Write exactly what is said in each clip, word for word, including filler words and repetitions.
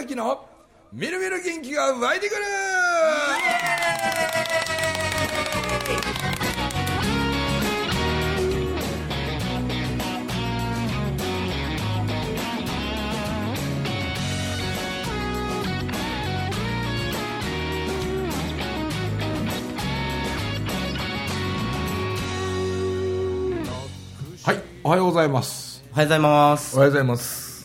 明のみるみる元気が湧いてくる。はい、おはようございます。 おはようございます。 おはようございます。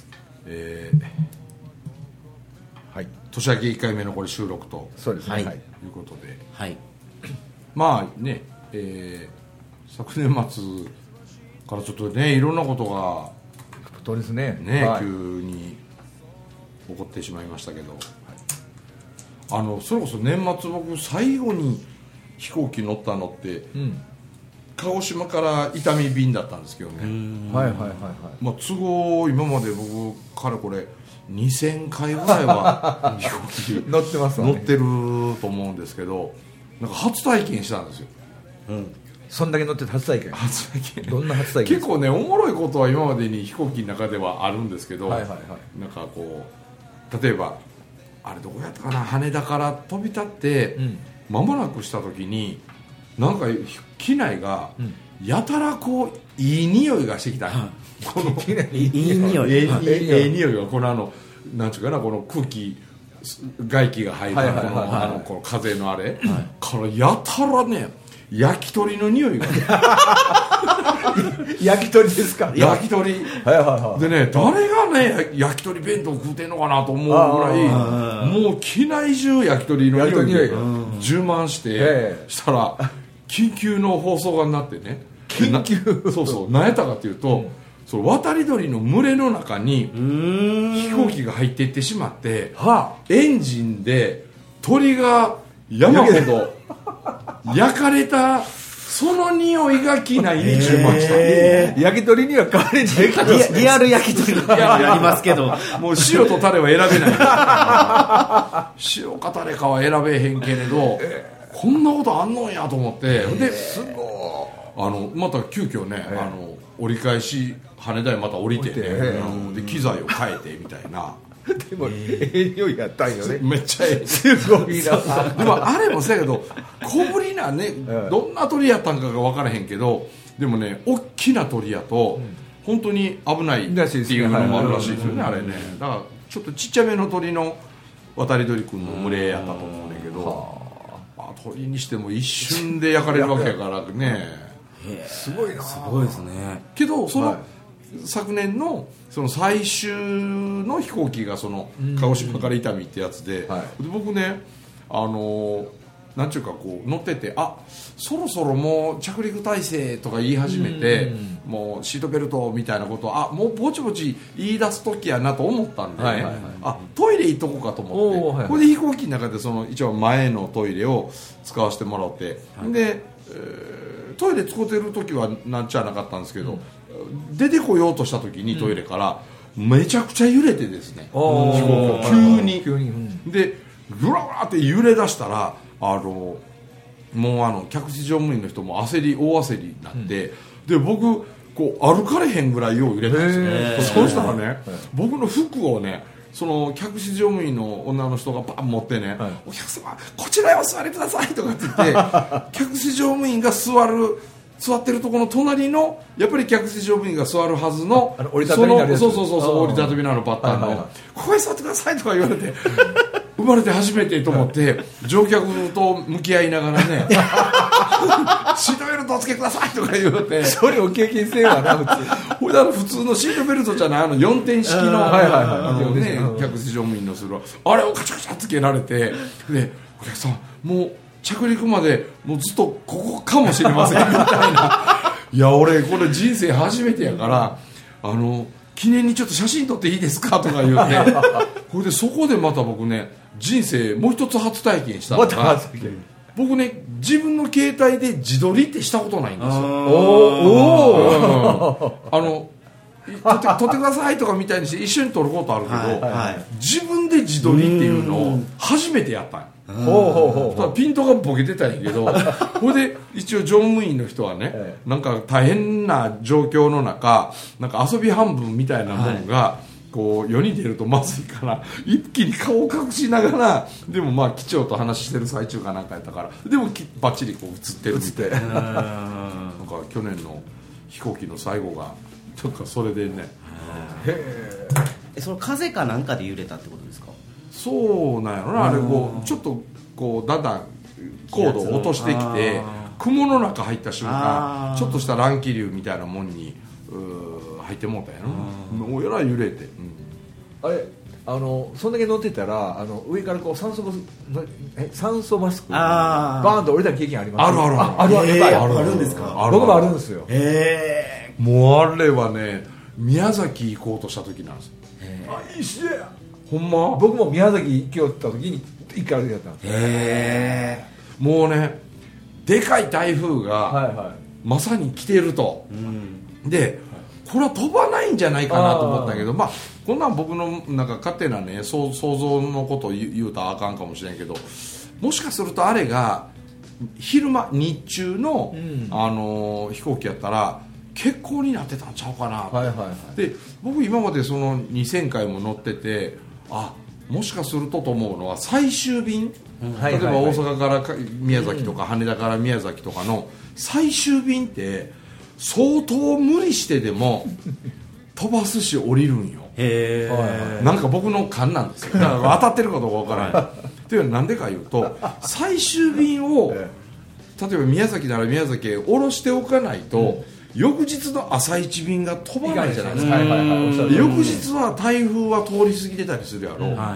えー、はい、年明けいっかいめのこれ収録とそうですね、 はいいうことで、 はい。 まあね、えー、昨年末からちょっとね、いろんなことがそうですね、 ね、 はい、 急に起こってしまいましたけど、はい、あのそれこそ年末僕最後に飛行機乗ったのって、 うん、 鹿児島から伊丹便だったんですけどね。 はいはいはいはい、 まあ、都合今まで僕かれこれにせんかいぐらいは飛行機乗ってますわね、 乗ってると思うんですけど、なんか初体験したんですよ。 うん。 そんだけ乗ってて初体験。 初体験どんな初体験結構ね、おもろいことは今までに飛行機の中ではあるんですけど、 はいはいはい、 なんかこう例えばあれどこやったかな、羽田から飛び立ってうん、 間もなくした時になんか機内がやたらこういい匂いがしてきた、うん、このいい匂い、 ええはいええ匂いがこのあのなんちゅうかな、この空気外気が入るこはいはいはいはいのあのこの風のあれ、はい、からやたらね焼き鳥の匂いが焼き鳥ですか。 焼き鳥はいはいはい、 でね、誰がね焼き鳥弁当食うてんのかなと思うぐらい、もう機内中焼き鳥の匂いで充満して、したら緊急の放送がなってね、 緊急そうそう、何やったかっていうと、うん、その渡り鳥の群れの中に飛行機が入っていってしまって、はあ、エンジンで鳥が山ほど焼かれたその匂いが機内に充満した、 えー、焼き鳥には変わりないけどリアル焼き鳥がありますけどもう塩とタレは選べない塩かタレかは選べへんけれど、えー、こんなことあんのんやと思って、ですごいあのまた急遽ね、えー、あの折り返し羽田へまた降りてね、えー、で機材を変えてみたいなでもええ匂いやったんよね。 めっちゃええ、 すごいな。 でもあれもそうやけど小ぶりなね、うん、どんな鳥やったんかが分からへんけど、でもね大きな鳥やと、うん、本当に危ないっていうのもあるらしいですよね、あれね。だからちょっとちっちゃめの鳥の渡り鳥くんの群れやったと思うんだけど、まあ、鳥にしても一瞬で焼かれるわけやからねすごいな。 すごいですね。 けどその、はい、昨年のその最終の飛行機がその鹿児島から伊丹ってやつで、はい、で僕ね、あのなんちゅうかこう乗ってて、あ、そろそろもう着陸態勢とか言い始めて、もうシートベルトみたいなことをあもうぼちぼち言い出す時やなと思ったんで、ね、はいはいはい、あトイレ行っとこうかと思って、はいはい、これで飛行機の中でその一応前のトイレを使わせてもらって、はい、で、えー、トイレ使ってる時はなんちゃなかったんですけど、うん、出てこようとした時にトイレからめちゃくちゃ揺れてですね、飛行機急に、急に、うん、でぐらぐらって揺れ出したら、あのもうあの客室乗務員の人も焦り大焦りになって、うん、で僕こう歩かれへんぐらいよう揺れたんですよ。そうしたらね、僕の服をねその客室乗務員の女の人がパン持ってね、はい、お客様こちらへお座りくださいとかって言って客室乗務員が座る座ってるところの隣のやっぱり客室乗務員が座るはずのあの折りたたみになるやつ、 そうそうそうそう折りたたみのあるパターンの、はいはいはい、ここへ座ってくださいとか言われて生まれて初めてと思って乗客と向き合いながらねシートベルトをつけくださいとか言うて、 それを経験せんわな普通ほいであの普通のシートベルトじゃないあのよんてん式の、はいはいはい、あのね、客室乗務員のするあれをカチャカチャつけられて、でお客さんもう着陸までもうずっとここかもしれませんみたいないや俺これ人生初めてやからあの記念にちょっと写真撮っていいですかとか言うてこれでそこでまた僕ね人生もう一つ初体験したのが、ま、僕ね自分の携帯で自撮りってしたことないんですよ。おお、うん、あの撮って、撮ってくださいとかみたいにして一緒に撮ることあるけど、はいはい、自分で自撮りっていうのを初めてやったんや。ほうほうほう、ピントがボケてたんやけどこれで一応乗務員の人はね、ええ、なんか大変な状況の中なんか遊び半分みたいなものが、はい、 こう世に出るとまずいから一気に顔を隠しながらでもまあ機長と話してる最中かなんかやったからでもバッチリこう映ってるみたいななんか去年の飛行機の最後がなんかそれでねへえその風かなんかで揺れたってことですか？ そうなんやろなあれこうちょっとこうだんだん高度を落としてきて雲の中入った瞬間ちょっとした乱気流みたいなもんにう入ってもうたんやろもうえらい揺れて、うん、 あれあのそんだけ乗ってたらあの上からこう酸素マスえ酸素マスクバーンと降りた経験あります？ あるあるあるあるあるあるんですか？ 僕もあるんですよ。 へえもうあれはね宮崎行こうとした時なんですよ。 あいいしねほんま僕も宮崎行きよった時に一回歩いてやったんです。 へえもうねでかい台風が、 はいはい、 まさに来てると、うん、でこれは飛ばないんじゃないかなと思ったけどまあこんなん僕のなんか勝手なね想像のことを言うたらあかんかもしれんけどもしかするとあれが昼間日中の、うん、あのー、飛行機やったら欠航になってたんちゃうかなと、 はいはいはい、 で僕今までそのにせんかいも乗っててあもしかするとと思うのは最終便、うん、例えば大阪から宮崎とか羽田から宮崎とかの最終便って相当無理してでも飛ばすし降りるんよ。へえ。なんか僕の勘なんですよ。だから当たってるかどうかわからない。っていうのはなんでか言うと最終便を例えば宮崎なら宮崎へ降ろしておかないと、うん、翌日の朝一便が飛ばないじゃないですか。翌日は台風は通り過ぎてたりするやろ、うんはい、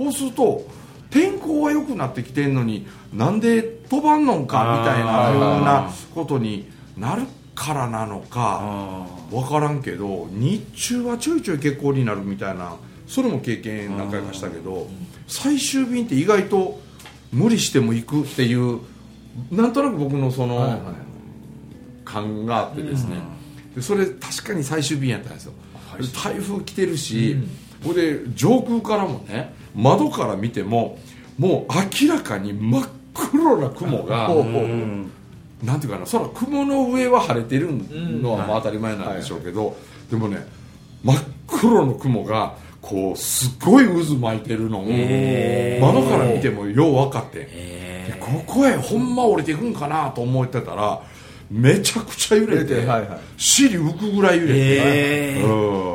そうすると天候は良くなってきてんのになんで飛ばんのんかみたいなようなことになるからなのか分からんけど日中はちょいちょい欠航になるみたいなそれも経験何回かしたけど最終便って意外と無理しても行くっていうなんとなく僕のその、はいはい、感があってですね、うん、でそれ確かに最終便やったんですよ。台風来てるし、うん、これで上空からもね窓から見てももう明らかに真っ黒な雲が、うん、なんていうかなその雲の上は晴れてるのはまあ当たり前なんでしょうけど、うんはいはい、でもね真っ黒の雲がこうすごい渦巻いてるのを窓から見てもよう分かってでここへほんま降りていくんかなと思ってたらめちゃくちゃ揺れて、はいはい、尻浮くぐらい揺れて、うん、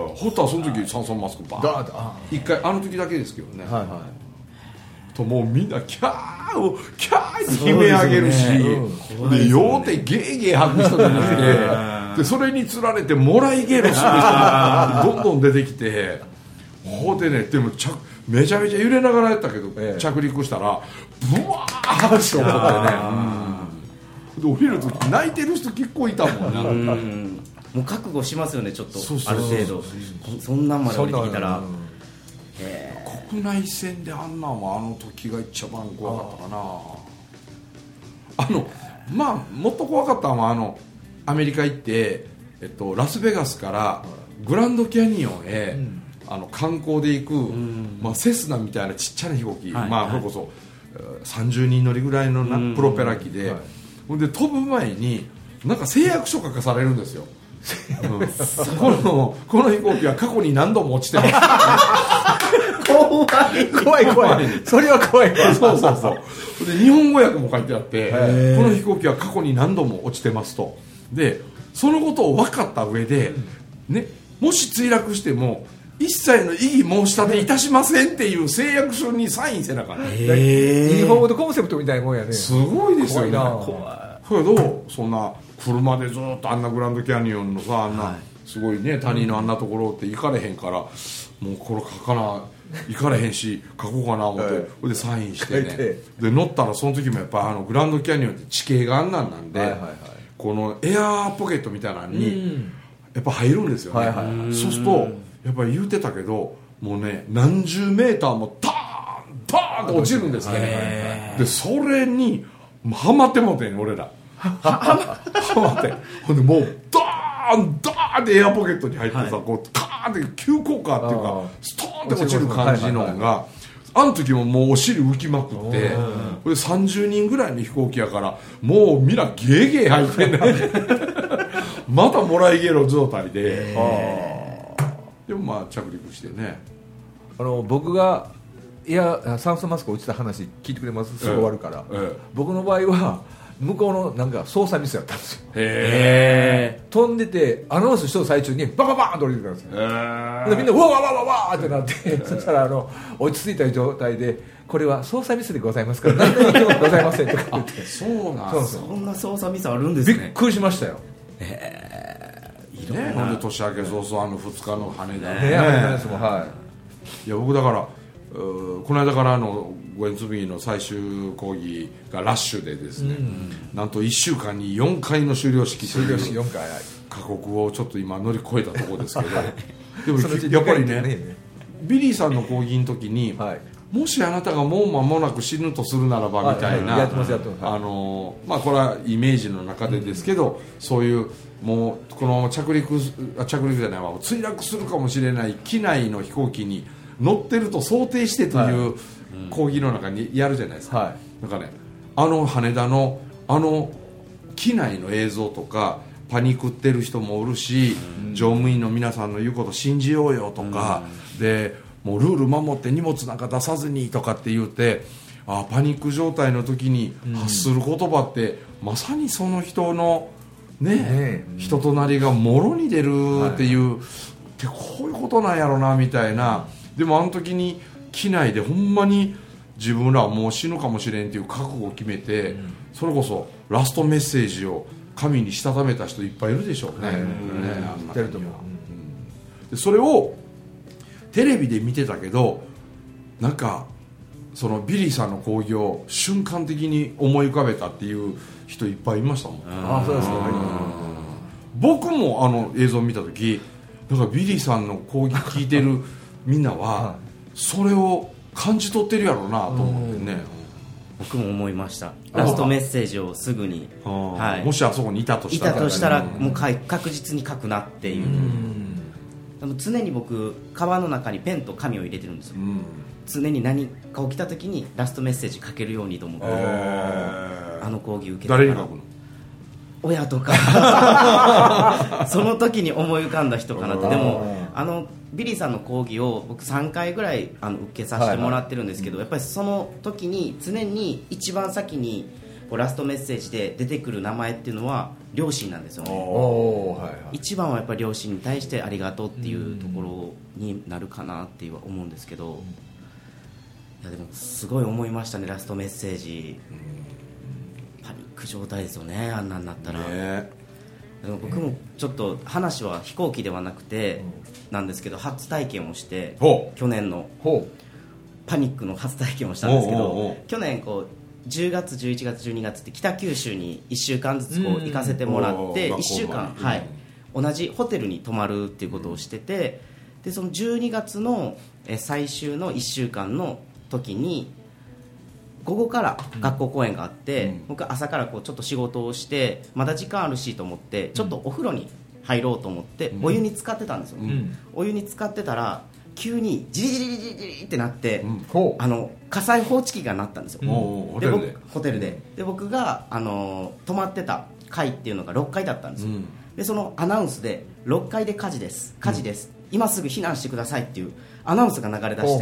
ほったらその時酸素マスクバーン一回あの時だけですけどね、はいはい、ともうみんなキャーをキャーって悲鳴上げるしで、ねうん、で酔うてゲーゲー吐く人が出てきてでそれにつられてもらいゲロする人がどんどん出てきてほうでねでもちゃめちゃめちゃ揺れながらやったけど、ええ、着陸したらブワーッと思ってねで降りるとき泣いてる人結構いたもんなうんもう覚悟しますよねちょっとある程度そんなんまで降りてきたら国内線であんなんはあの時が一番怖かったかなあのまあもっと怖かったのはあのアメリカ行って、えっと、ラスベガスからグランドキャニオンへ、うん、あの観光で行く、うんまあ、セスナみたいなちっちゃな飛行機、はい、まあそれこそさんじゅうにん乗りぐらいのな、うん、プロペラ機で、はいで飛ぶ前になんか誓約書書かされるんですよ、うん、このこの飛行機は過去に何度も落ちてます怖い怖い怖いそれは怖いそうそうそうで日本語訳も書いてあってこの飛行機は過去に何度も落ちてますとでそのことを分かった上で、ね、もし墜落しても一切の異議申し立ていたしませんっていう誓約書にサインせなかった日本語のコンセプトみたいなもんやねすごいですよね怖いけどそんな車でずっとあんなグランドキャニオンのさあんなすごいね谷のあんなところって行かれへんからもうこれ書かな行かれへんし書こうかな思って、それでサインしてねで乗ったらその時もやっぱあのグランドキャニオンって地形があんなんなんで、はいはいはい、このエアーポケットみたいなのにやっぱ入るんですよね、はいはいはい、そうするとやっぱり言うてたけどもうね何十メーターもダーンダーンと落ちるんですねでそれにハマってもうてん俺らハマってほんでもうダーンダーンってエアポケットに入ってさ、はい、こうカーンって急降下っていうかストーンって落ちる感じのがあの時ももうお尻浮きまくってこれさんじゅうにんぐらいの飛行機やからもうみんなゲーゲー吐いてんねまたもらいゲロ状態ででもまあ着陸してね、 あの僕がいや酸素マスク落ちた話聞いてくれます？すぐ終わるから、えええ、僕の場合は向こうのなんか操作ミスやったんですよ。へー、飛んでてアナウンスしてる最中にバババーンと降りてくるんですよ。でみんなうわわわわわってなってそしたらあの落ち着いた状態でこれは操作ミスでございますから何々でもございませんとか言ってそうなん、そんな操作ミスあるんですね。 びっくりしましたよ。 へー、ね、なんで年明け早々あのふつかの羽田ね、 ね、羽田もはい。 いや僕だからこの間からのゴエンツビーの最終講義がラッシュでですね、うん、なんといっしゅうかんによんかいの修了式という過酷をちょっと今乗り越えたところですけどでもやっぱりねビリーさんの講義の時に、はい、もしあなたがもう間もなく死ぬとするならばみたいな、あのまあこれはイメージの中でですけど、うん、そういうもうこのまま着陸着陸じゃないわ墜落するかもしれない機内の飛行機に乗ってると想定してという講義の中にやるじゃないですか、はい、なんかね、あの羽田のあの機内の映像とかパニクってる人もおるし、うん、乗務員の皆さんの言うこと信じようよとか、うん、でもうルール守って荷物なんか出さずにとかって言ってあパニック状態の時に発する言葉って、うん、まさにその人のね、ね、うん、人となりがもろに出るっていう、はい、ってこういうことなんやろなみたいな。でもあの時に機内でほんまに自分らはもう死ぬかもしれんっていう覚悟を決めて、うん、それこそラストメッセージを神にしたためた人いっぱいいるでしょうね。でそれをテレビで見てたけどなんかそのビリーさんの講義を瞬間的に思い浮かべたっていう人いっぱいいましたもん。ああそうですか。僕もあの映像を見た時なんかビリーさんの講義聞いてるみんなはそれを感じ取ってるやろうなと思ってね。 僕も思いました。ラストメッセージをすぐに、 はい、もしあそこにいたとしたらいたとしたらもう確実に書くなっていう。でも常に僕カバンの中にペンと紙を入れてるんですよ。常に何か起きた時にラストメッセージ書けるようにと思って、あの講義受けて誰に書くの？ 親とかその時に思い浮かんだ人かなって。でもあのビリーさんの講義を僕さんかいぐらいあの受けさせてもらってるんですけど、はいはい、やっぱりその時に常に一番先にこうラストメッセージで出てくる名前っていうのは両親なんですよね。はいはい、一番はやっぱり両親に対してありがとうっていうところになるかなっていう思うんですけど、いやでもすごい思いましたね。ラストメッセージパニック状態ですよね、あんなになったら、ね、でも僕もちょっと話は飛行機ではなくてなんですけど初体験をして去年のパニックの初体験をしたんですけど、去年こうじゅうがつじゅういちがつじゅうにがつって北九州にいっしゅうかんずつこう行かせてもらっていっしゅうかん、はい、同じホテルに泊まるっていうことをしてて、でそのじゅうにがつの最終のいっしゅうかんの時に午後から学校公演があって、うん、僕朝からこうちょっと仕事をしてまだ時間あるしと思ってちょっとお風呂に入ろうと思ってお湯に浸かってたんですよ、うん、お湯に浸かってたら急にジリジリジリジリってなって、うん、あの火災報知器が鳴ったんですよ、うん、ホテルでホテルでで僕があの泊まってた階っていうのがろっかいだったんですよ、うん、でそのアナウンスでろっかいで火事です火事です、うん、今すぐ避難してくださいっていうアナウンスが流れ出して、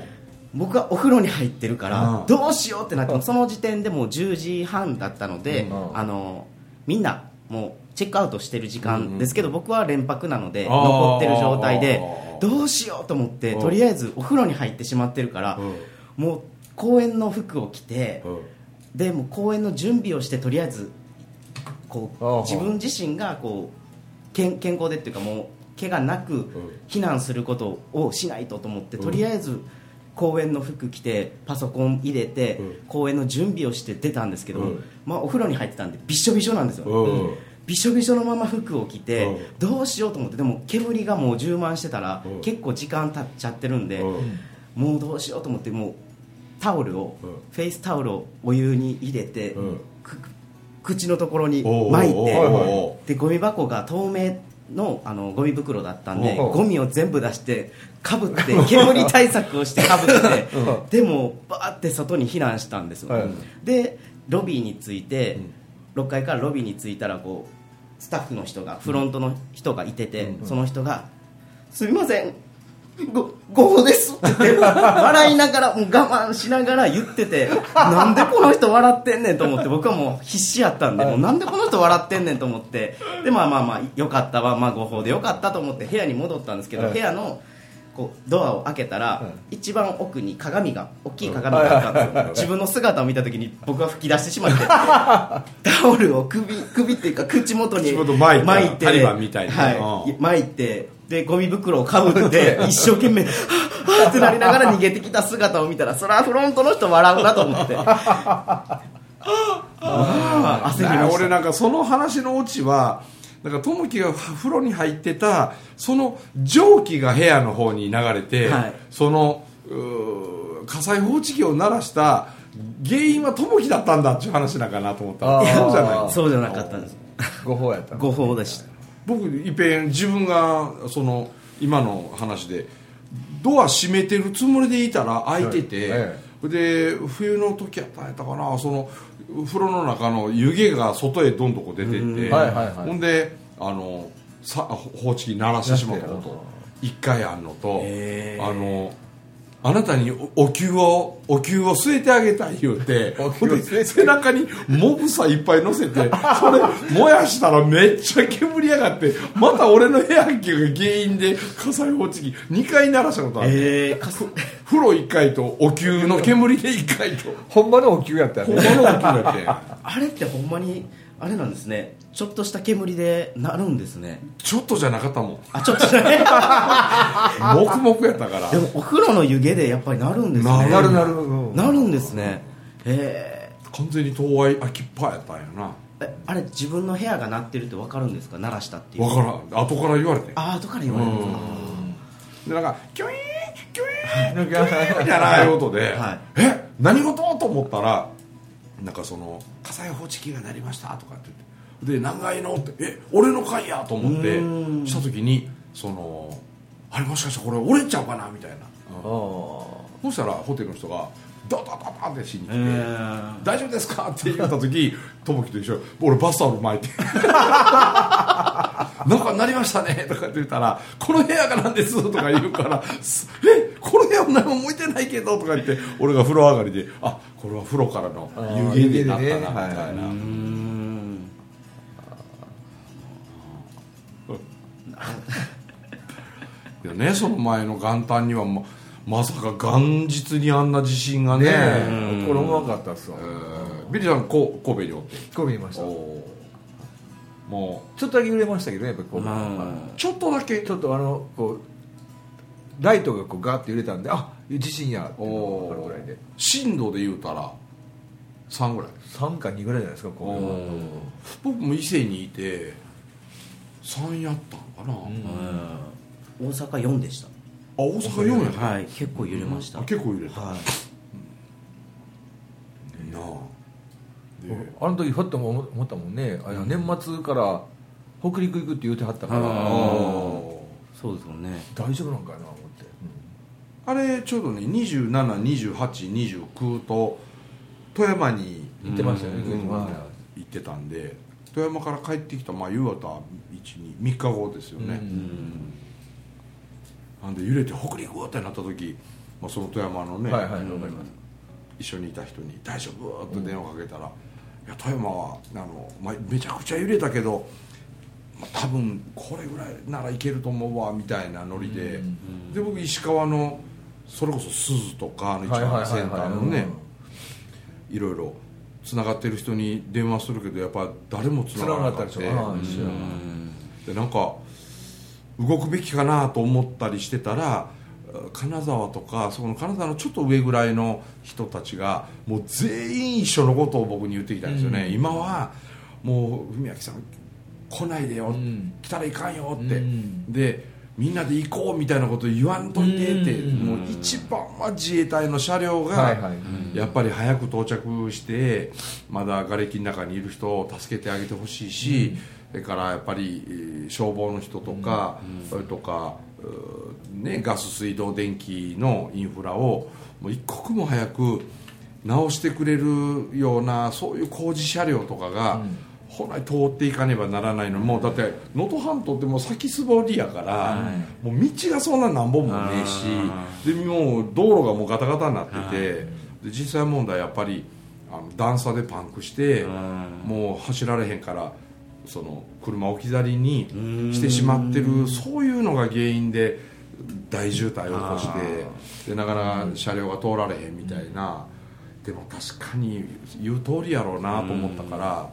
僕はお風呂に入ってるからどうしようってなって、その時点でもうじゅうじはんだったので、あのみんなもうチェックアウトしてる時間ですけど、僕は連泊なので残ってる状態でどうしようと思って、とりあえずお風呂に入ってしまってるから、もう公演の服を着て、でもう公演の準備をして、とりあえずこう自分自身がこう健健康でっていうかもう怪我なく避難することをしないとと思って、とりあえず公演の服着てパソコン入れて公演の準備をして出たんですけど、まあ、お風呂に入ってたんでびしょびしょなんですよ。びしょびしょのまま服を着てどうしようと思って、でも煙がもう充満してたら結構時間経っちゃってるんで、もうどうしようと思って、もうタオルをフェイスタオルをお湯に入れて口のところに巻いて、でゴミ箱が透明のあのゴミ袋だったんで、ゴミを全部出してかぶって煙対策をしてかぶってでもバーって外に避難したんですよ、はい、でロビーに着いて、うん、ろっかいからロビーに着いたらこうスタッフの人がフロントの人がいてて、うん、その人がすみませんごごほですって言って笑いながらもう我慢しながら言っててなんでこの人笑ってんねんと思って僕はもう必死やったんでもうなんでこの人笑ってんねんと思ってでまあまあまあよかったわまあごほでよかったと思って部屋に戻ったんですけど、はい、部屋のこうドアを開けたら、はい、一番奥に鏡が大きい鏡があったんですよ、はい、自分の姿を見た時に僕は吹き出してしまってタオルを首首っていうか口元に巻いて巻いてタリバンみたいに、 はい、巻いてでゴミ袋をかぶって一生懸命はぁはぁってなりながら逃げてきた姿を見たらそれはフロントの人笑うなと思ってあ焦りました。俺なんかその話のオチはだから友樹が風呂に入ってたその蒸気が部屋の方に流れて、はい、その火災報知器を鳴らした原因は友樹だったんだっていう話なんかなと思ったらそうじゃないそうじゃなかったんです誤報やった誤報でした。 僕いっぺん自分がその今の話でドア閉めてるつもりでいたら開いてて、はいはい、で冬の時やったんやったかなその風呂の中の湯気が外へどんどん出てって、はいはいはい、ほんであのさ報知器鳴らしてしまったこといっかいあんのとあのあなたにお灸をお灸を据えてあげたい言うて背中にモブサいっぱい乗せてそれ燃やしたらめっちゃ煙りやがってまた俺の部屋気が原因で火災報知器にかい鳴らしたことある、えー、風呂いっかいとお灸の煙でいっかいとほんまのお灸やったよねほんまのお灸やってあれってほんまにあれなんですねちょっとした煙でなるんですね。 ちょっとじゃなかったもんあちょっとじゃない黙々やったからでもお風呂の湯気でやっぱりなるんですねなるなる、うん、 なるんですねへえ完全に東愛秋っぱやったんやなえあれ自分の部屋が鳴ってるって分かるんですか鳴らしたっていう分からん後から言われてあ後から言われるんですかでなんかキュイーンキュイーンキュイーンみたいなああいう音で、はい、え何事と思ったらなんかその火災報知器が鳴りましたとかって言ってで何階のってえ俺の階やと思ってした時にそのあれもしかしてこれ折れちゃうかなみたいな、うん、そしたらホテルの人がダダダダってしに来て、えー、大丈夫ですかって言った時友樹と一緒俺バスタオル巻いてなんかなりましたねとかって言ったらこの部屋がなんですとか言うからえこの部屋も何も向いてないけどとか言って俺が風呂上がりであこれは風呂からの湯気でなったなみたいな、はいいやね、その前の元旦には ま, まさか元日にあんな地震が ね, ねこれうまかったっすわ、 えー、ビリーさんこ神戸におって神戸にいましたもうちょっとだけ揺れましたけどねやっぱりこう、まあ、 ちょっとだけちょっとあのこうライトがこうガーッて揺れたんであ地震やって分かるぐらいで震度で言うたらさんぐらいさんかにぐらいじゃないですかこう僕も伊勢にいてさんやったのかな、 うん、大阪よんでした。 あ大阪よんやった、 はい、結構揺れました、 うん、結構揺れた、はい、うん、なああの時ふっと思ったもんね、あ年末から北陸行くって言うてはったから、 そうですもんね大丈夫なんかな思って、 うん、あれちょうどねにじゅうなな、にじゅうはち、にじゅうきゅうと富山に行ってましたよね、 うん、行ってたんで富山から帰ってきた、まあ、夕方いち、に、みっかごですよね、うん、なんで揺れて北陸ってなった時、まあ、その富山のね、はいはい、一緒にいた人に大丈夫って電話かけたら、うん、いや富山はあの、まあ、めちゃくちゃ揺れたけど、まあ、多分これぐらいならいけると思うわみたいなノリで、うんうん、で僕石川のそれこそ鈴とかあの一番センターのねいろいろつながってる人に電話するけどやっぱ誰もつながらなかった、うん、でなんか動くべきかなと思ったりしてたら金沢とかそこの金沢のちょっと上ぐらいの人たちがもう全員一緒のことを僕に言ってきたんですよね、うん、今はもう文明さん来ないでよ、うん、来たらいかんよって、うん、でみんなで行こうみたいなこと言わんといてって、うん、もう一番は自衛隊の車両がやっぱり早く到着してまだ瓦礫の中にいる人を助けてあげてほしいし、うん、それからやっぱり消防の人とか、うん、それとか、ね、ガス水道電気のインフラをもう一刻も早く直してくれるようなそういう工事車両とかが、 本来通っていかねばならないのもだって能登半島ってもう先すぼりやから、はい、もう道がそんな何本もねえしでもう道路がもうガタガタになってて、はい、で実際問題やっぱりあの段差でパンクしてもう走られへんからその車置き去りにしてしまってるそういうのが原因で大渋滞を起こしてでなかなか車両が通られへんみたいなでも確かに言う通りやろうなと思ったから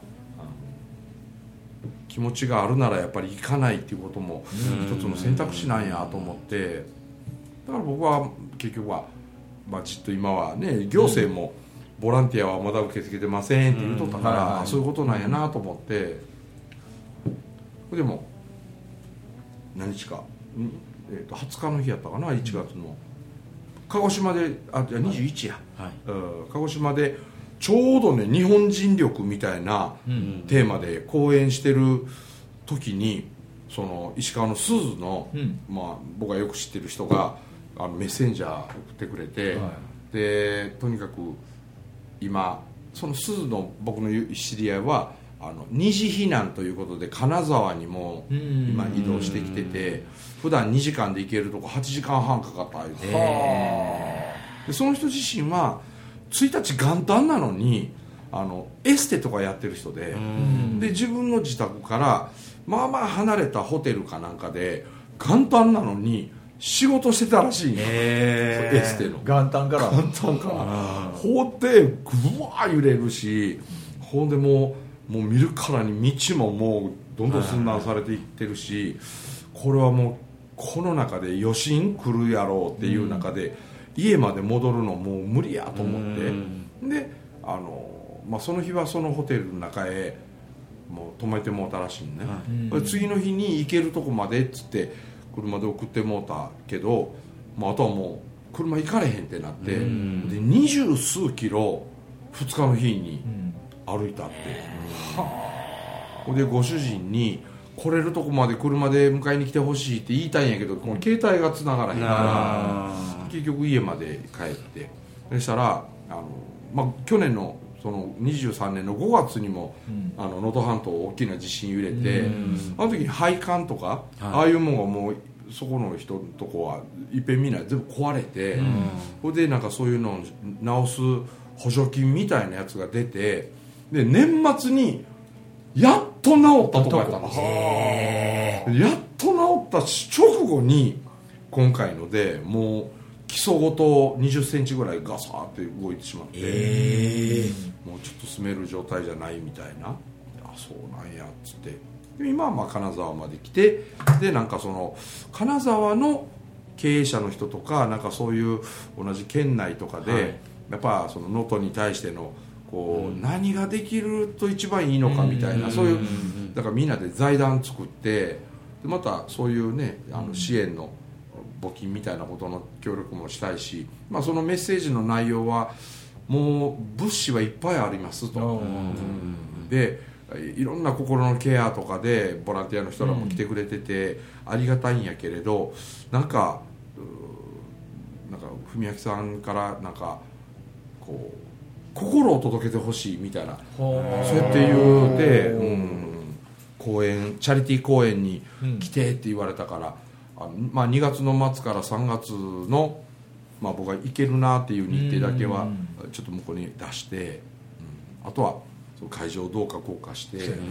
気持ちがあるならやっぱり行かないっていうことも一つの選択肢なんやと思ってだから僕は結局は、まあ、じっと今はね行政もボランティアはまだ受け付けてませんって言うとったからそういうことなんやなと思ってでも何日か、えー、とはつかの日やったかないちがつの鹿児島であじゃあにじゅういちや、はいうん、鹿児島でちょうどね日本人力みたいなテーマで講演してる時にその石川の鈴の、うんまあ、僕がよく知ってる人があのメッセンジャー送ってくれて、はい、でとにかく今その鈴の僕の知り合いはあの二次避難ということで金沢にも今移動してきてて普段にじかんで行けるとこはちじかんはんかかったでその人自身はついたち元旦なのにあのエステとかやってる人でで自分の自宅からまあまあ離れたホテルかなんかで元旦なのに仕事してたらしいんよエステの元旦から元旦から法ってぐわー揺れるしほんでもうもう見るからに道ももうどんどん寸断されていってるしこれはもうこの中で余震来るやろうっていう中で家まで戻るのもう無理やと思ってであの、まあ、その日はそのホテルの中へもう泊めてもうたらしいのね、はい、次の日に行けるとこまでっつって車で送ってもうたけど、まあ、あとはもう車行かれへんってなってで二十数キロふつかの日に歩いたって、うん、でご主人に来れるとこまで車で迎えに来てほしいって言いたいんやけどこの携帯が繋がらへんから結局家まで帰ってそしたらあの、まあ、去年のそのにじゅうさんねんのごがつにも能登、うん、半島大きな地震揺れて、うん、あの時に配管とか、はい、ああいうものがもうそこの人のとこはいっぺん見ない全部壊れて、うん、それでなんかそういうのを直す補助金みたいなやつが出てで年末にやっと治ったとかやったのやっと治った直後に今回のでもう基礎ごとにじゅっセンチぐらいガサーって動いてしまって、えー、もうちょっと住める状態じゃないみたいなあそうなんやっつって今はまあ金沢まで来てでなんかその金沢の経営者の人とかなんかそういう同じ県内とかで、はい、やっぱその能登に対してのこう、うん、何ができると一番いいのかみたいな、うん、そういうだからみんなで財団作ってでまたそういうねあの支援の募金みたいなことの協力もしたいし、まあ、そのメッセージの内容はもう物資はいっぱいありますと、うん、でいろんな心のケアとかでボランティアの人らも来てくれててありがたいんやけれどなんかなんか文明さんからなんかこう心を届けてほしいみたいなそうやって言うて、うん、公演チャリティー公演に来てって言われたから、うん、あまあ、にがつの末からさんがつの、まあ、僕が行けるなっていう日程だけはちょっと向こうに出して、うん、あとは会場をどうかこうかして、うん、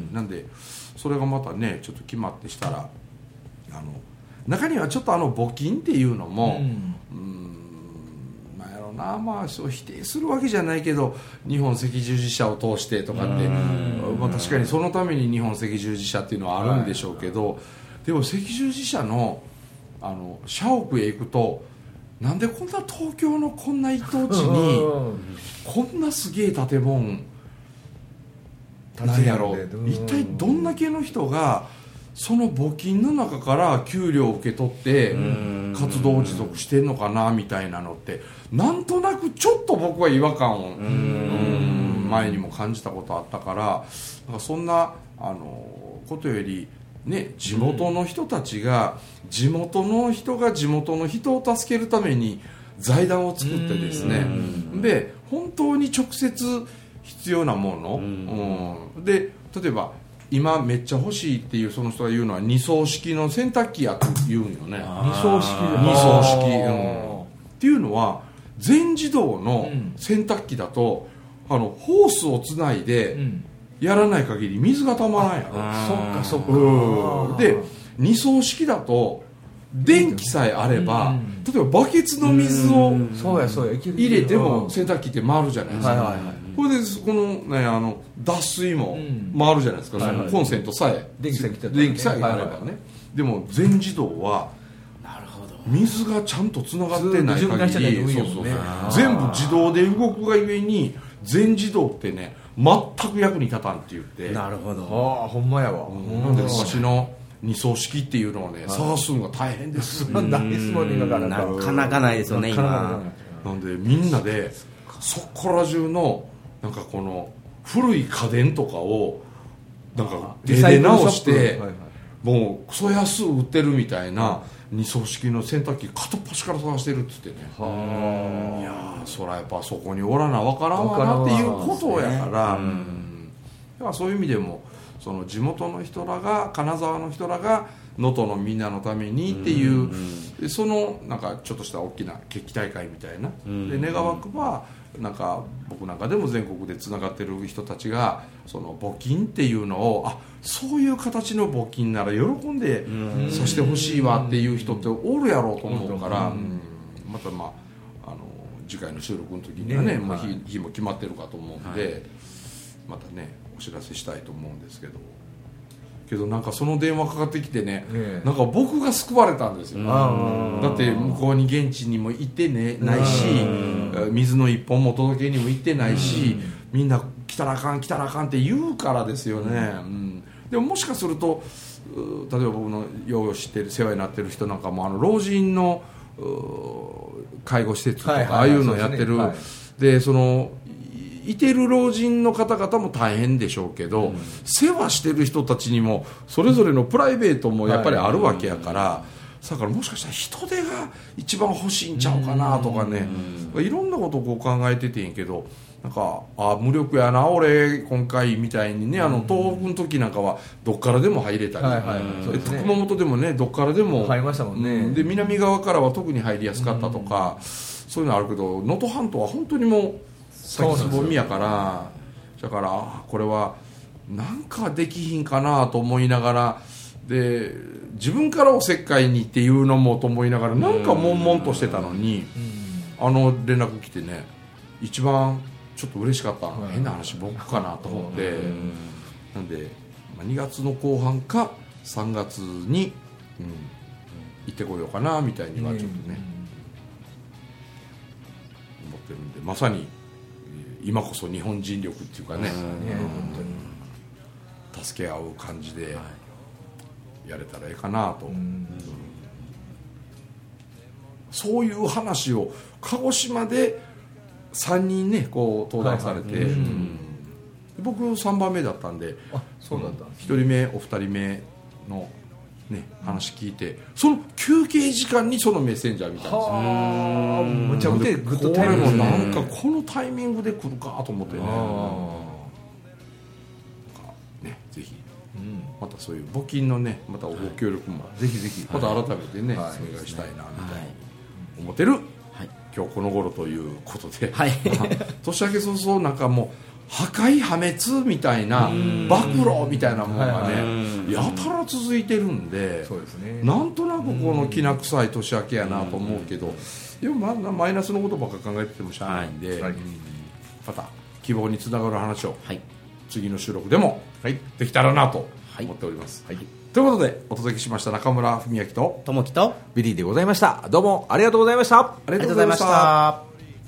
なんでそれがまたねちょっと決まってしたらあの中にはちょっとあの募金っていうのも、うんうんなんやろうな、まあ、そう否定するわけじゃないけど日本赤十字社を通してとかって、まあ、確かにそのために日本赤十字社っていうのはあるんでしょうけど、はい、でも赤十字社のあの社屋へ行くとなんでこんな東京のこんな一等地にこんなすげえ建物建てやろう一体どんだけの人がその募金の中から給料を受け取って活動を持続してんのかなみたいなのってなんとなくちょっと僕は違和感をうん前にも感じたことあったからなんかそんなあのことよりね地元の人たちが地元の人が地元の人を助けるために財団を作ってですねで本当に直接必要なもの、うんうん、で例えば今めっちゃ欲しいっていうその人が言うのはに層式の洗濯機やと言うんよね。 に層式に層式、うん、っていうのは全自動の洗濯機だと、うん、あのホースをつないでやらない限り水がたまらないやろ。 そっかそっか、 うん、でに層式だと電気さえあれば、うん、例えばバケツの水を入れても洗濯機って回るじゃないですか、はいはいはい、これでこの、ね、あの脱水も回るじゃないですか、うん、そのコンセントさえ電気さえ来たら電気さえあればね、はいはいはい、でも全自動は水がちゃんとつながってない限り、そうそうそう全部自動で動くがゆえに全自動ってね全く役に立たんって言って。 なるほど。 ああほんまやわ、 うん、なんで昔のに層式っていうのをね探すのが大変です。 なかなかないですよね今。 なんでみんなでそこら中のなんかこの古い家電とかをなんか手で直して、はいはい、もうクソ安売ってるみたいなに層式の洗濯機片っ端から探してるっつってね。いやーそらやっぱそこにおらなわからんわなっていうことやから、うん、だからそういう意味でもその地元の人らが金沢の人らが能登のみんなのためにっていう、うんうん、そのなんかちょっとした大きな決起大会みたいな、うん、で願わくばなんか僕なんかでも全国でつながってる人たちがその募金っていうのをあそういう形の募金なら喜んでさせてほしいわっていう人っておるやろうと思うから、うん、またまああの次回の収録の時にはね、ねもう 日, 日も決まってるかと思うんで、はい、またねお知らせしたいと思うんですけどけどなんかその電話かかってきて ね, ねなんか僕が救われたんですよ。だって向こうに現地にも行って、ね、ないし水の一本も届けにも行ってないしみんな来たらあかん来たらあかんって言うからですよね、うん、でももしかすると例えば僕のよう知ってる世話になってる人なんかもあの老人の介護施設とか、はいはいはい、ああいうのをやってる、はい、でそのいてる老人の方々も大変でしょうけど、うん、世話してる人たちにもそれぞれのプライベートもやっぱりあるわけやから、はい、だからもしかしたら人手が一番欲しいんちゃうかなとかね、うん、いろんなことをこう考えててんやけどなんかあ無力やな俺今回みたいにねあの東北の時なんかはどっからでも入れたり、はいはい、熊本でもねどっからでも入りましたもんね、うん、 で南側からは特に入りやすかったとか、うん、そういうのあるけど能登半島は本当にもう先すぼみやからだからこれはなんかできひんかなと思いながらで自分からおせっかいにっていうのもと思いながらなんか悶々としてたのにあの連絡来てね一番ちょっと嬉しかったのは変な話僕かなと思ってなんでにがつの後半かさんがつに、うん、行ってこようかなみたいにはちょっとね思ってるんでまさに今こそ日本人力っていうかね、うん、助け合う感じでやれたらいいかなと、うん、そういう話を鹿児島でさんにんねこう登壇されて、はいはいうん、僕さんばんめだったんであそうだったんですね、 ひとりめお二人目の、ね、話聞いてその休憩時間にそのメッセンジャー見たんですよ。 はむちゃくちゃグッとこれもなんかこのタイミングで来るかと思ってね、ねぜひ、うん、またそういう募金のねまたご協力も、はい、ぜひぜひまた改めてね、はい、お願いしたいなみたいに思ってる、はい、今日この頃ということで、はい、年明け早々なんかもう破壊破滅みたいな暴露みたいなものがねやたら続いてるんで、そうですね、なんとなくこのきな臭い年明けやなと思うけどでもまあマイナスのことばっか考えててもしゃあないんで、はい、また希望につながる話を次の収録でもできたらなと思っております、はいはい、ということでお届けしました中村文明と友樹とビリーでございました。どうもありがとうございました。 ありがとうございました。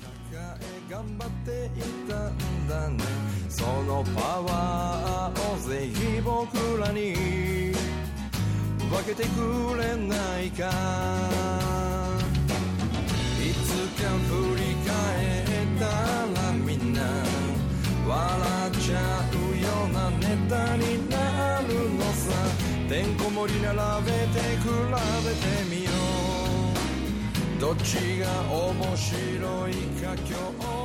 そのパワーをぜひ僕らに分けてくれないか。いつか振り返ったらみんな笑っちゃうようなネタになるのさ。てんこ盛り並べて比べてみよう。どっちが面白いか今日